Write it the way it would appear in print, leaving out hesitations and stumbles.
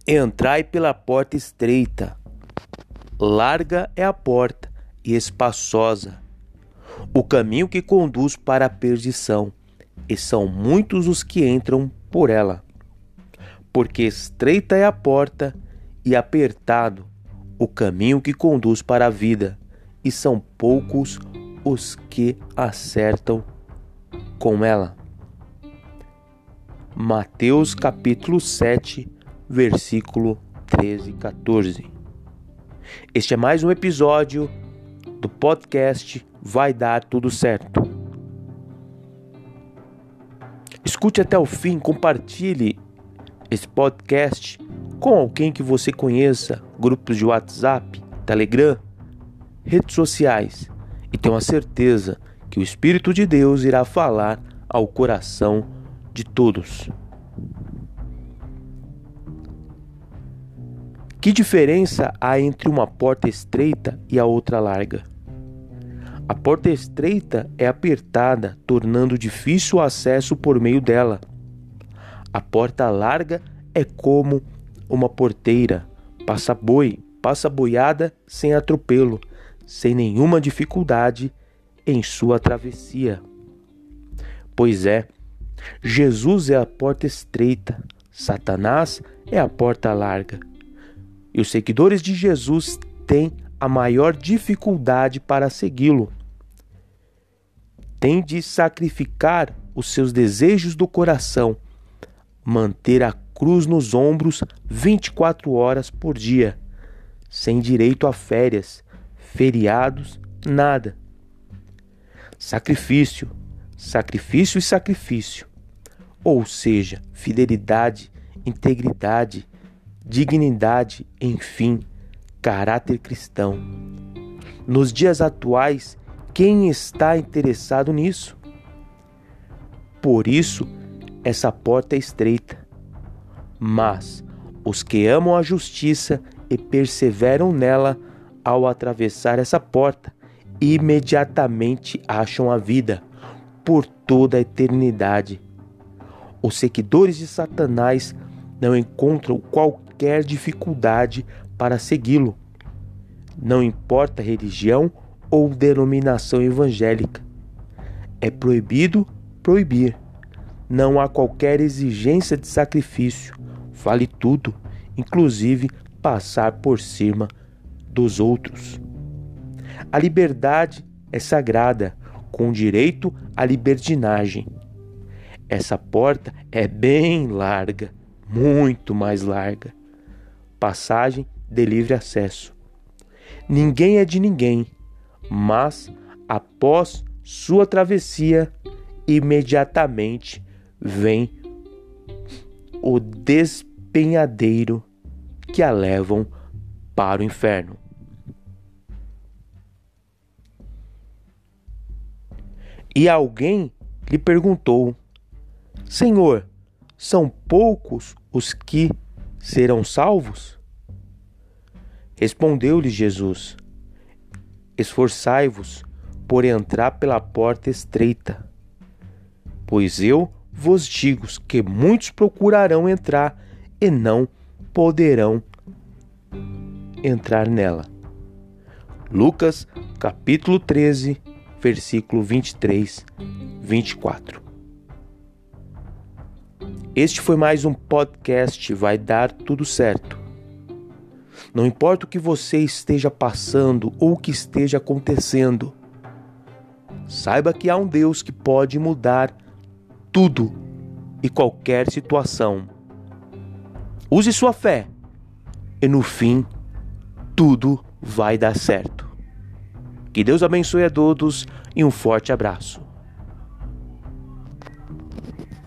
Entrai pela porta estreita. Larga é a porta e espaçosa o caminho que conduz para a perdição, e são muitos os que entram por ela. Porque estreita é a porta e apertado o caminho que conduz para a vida, e são poucos os que acertam com ela. Mateus capítulo 7, versículo 13 e 14. Este é mais um episódio do podcast Vai Dar Tudo Certo. Escute até o fim, compartilhe esse podcast com alguém que você conheça, grupos de WhatsApp, Telegram, redes sociais, e tenho a certeza que o Espírito de Deus irá falar ao coração de todos. Que diferença há entre uma porta estreita e a outra larga? A porta estreita é apertada, tornando difícil o acesso por meio dela. A porta larga é como uma porteira, passa boiada sem atropelo, sem nenhuma dificuldade em sua travessia. Pois é, Jesus é a porta estreita, Satanás é a porta larga. E os seguidores de Jesus têm a maior dificuldade para segui-lo. Tem de sacrificar os seus desejos do coração, manter a cruz nos ombros 24 horas por dia, sem direito a férias, feriados, nada. Sacrifício, sacrifício e sacrifício. Ou seja, fidelidade, integridade, dignidade, enfim, caráter cristão. Nos dias atuais, quem está interessado nisso? Por isso, essa porta é estreita. Mas os que amam a justiça e perseveram nela, ao atravessar essa porta, imediatamente acham a vida por toda a eternidade. Os seguidores de Satanás não encontram qualquer dificuldade para segui-lo. Não importa a religião ou denominação evangélica. É proibido proibir. Não há qualquer exigência de sacrifício. Vale tudo, inclusive passar por cima dos outros. A liberdade é sagrada, com direito à libertinagem. Essa porta é bem larga, muito mais larga. Passagem de livre acesso. Ninguém é de ninguém, mas após sua travessia, imediatamente vem o despenhadeiro que a levam para o inferno. E alguém lhe perguntou: Senhor, são poucos os que serão salvos? Respondeu-lhe Jesus: Esforçai-vos por entrar pela porta estreita, pois eu vos digo que muitos procurarão entrar e não poderão entrar nela. Lucas capítulo 13, versículo 23, 24. Este foi mais um podcast Vai Dar Tudo Certo. Não importa o que você esteja passando ou o que esteja acontecendo, saiba que há um Deus que pode mudar tudo e qualquer situação. Use sua fé e no fim tudo vai dar certo. Que Deus abençoe a todos e um forte abraço.